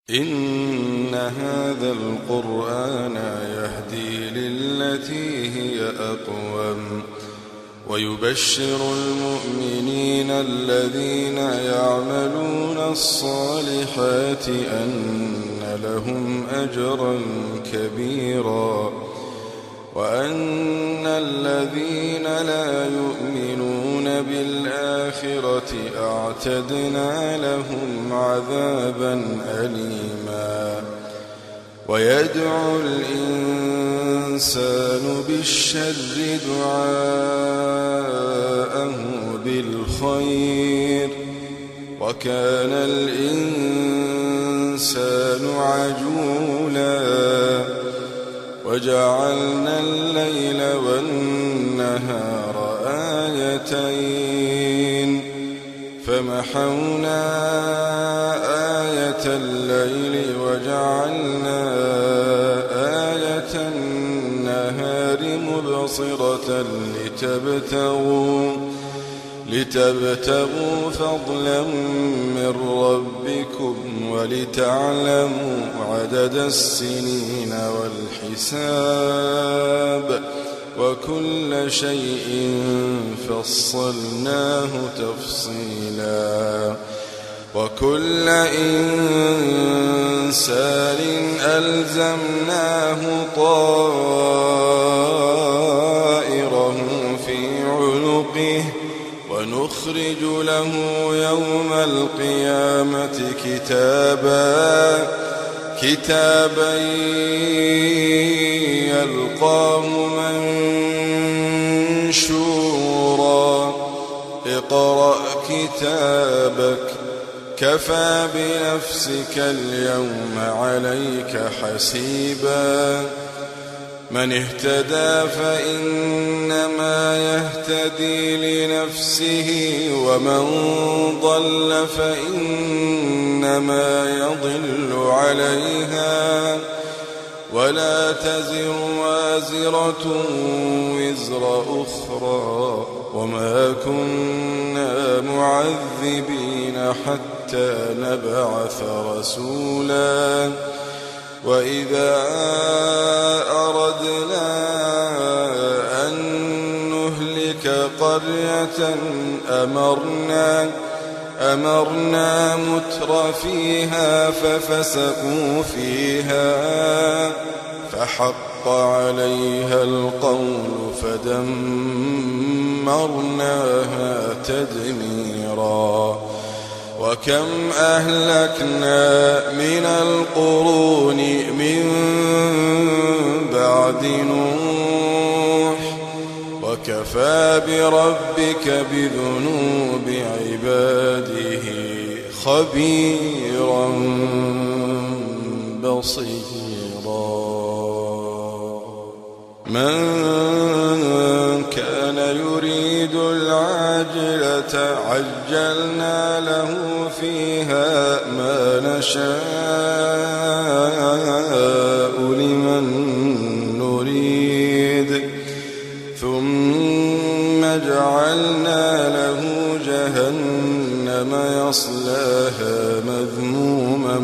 إن هذا القرآن يهدي للتي هي أقوم ويبشر المؤمنين الذين يعملون الصالحات أن لهم أجرا كبيرا وأن الذين لا يؤمنون بالآخرة أعتدنا لهم عذابا أليما ويدعو الإنسان بالشر دعاءه بالخير وكان الإنسان عجولا وجعلنا الليل والنهار آيتين فمحونا آية الليل وجعلنا آية النهار مبصرة لتبتغوا فضلا من ربكم ولتعلموا عدد السنين والحساب وكل شيء فصلناه تفصيلا وكل إنسان ألزمناه طائره في عنقه ونخرج له يوم القيامة كتابا يلقاه منشورا اقرأ كتابك كفى بنفسك اليوم عليك حسيبا من اهتدى فإنما يهتدي لنفسه ومن ضل فإنما يضل عليها ولا تزر وازرة وزر أخرى وما كنا معذبين حتى نبعث رسولا وإذا أردنا أن نهلك قرية أمرنا متر فيها ففسقوا فيها فحق عليها القول فدمرناها تدميرا وكم أهلكنا من القرون من بعد نوح وكفى بربك بذنوب عباده خبيرا بصيرا من كان يريد العاجلة عجلنا له فيها ما نشاء لمن نريد ثم جعلنا له جهنم يصلاها مذموما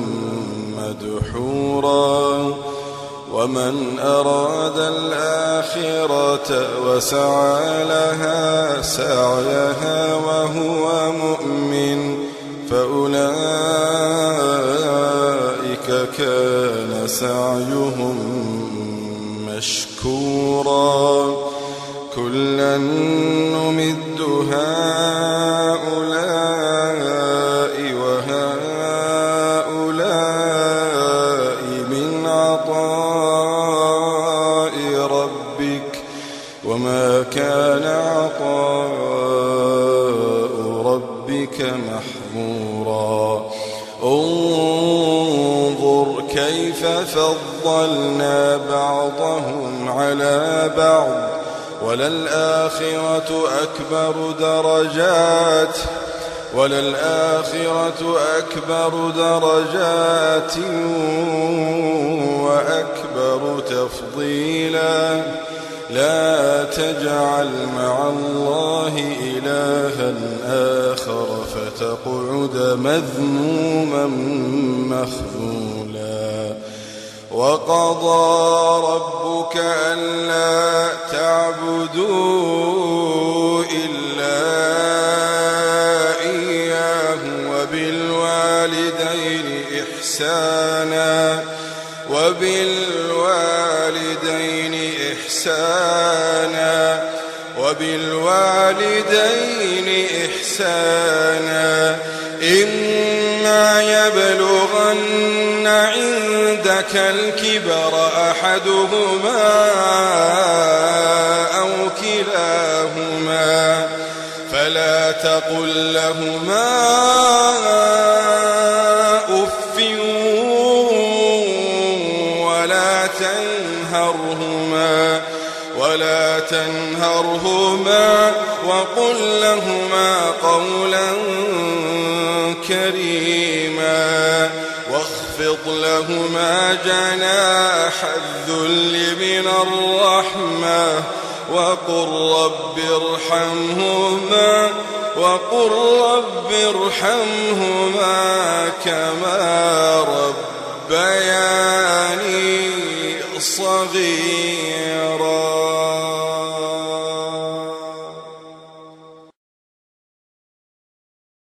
مدحورا ومن أراد الآخرة وسعى لها سعيها وهو مؤمن فأولئك كان سعيهم مشكورا كلا نمد هؤلاء وهؤلاء من عطاء ربك وما كان عطاء ربك محظورا انظر كيف فضلنا بعضهم على بعض وللآخرة أكبر درجات وأكبر تفضيلا لا تجعل مع الله إلها آخر فتقعد مذموما مخذولا. وقضى ربك ألا تعبدوا إلا إياه وبالوالدين إحسانا إما يبلغن عندك الكبر أحدهما أو كلاهما فلا تقل لهما أف ولا تنهرهما وقل لهما قولا كريما واخفض لهما جناح الذل من الرحمة وقل رب ارحمهما كما ربياني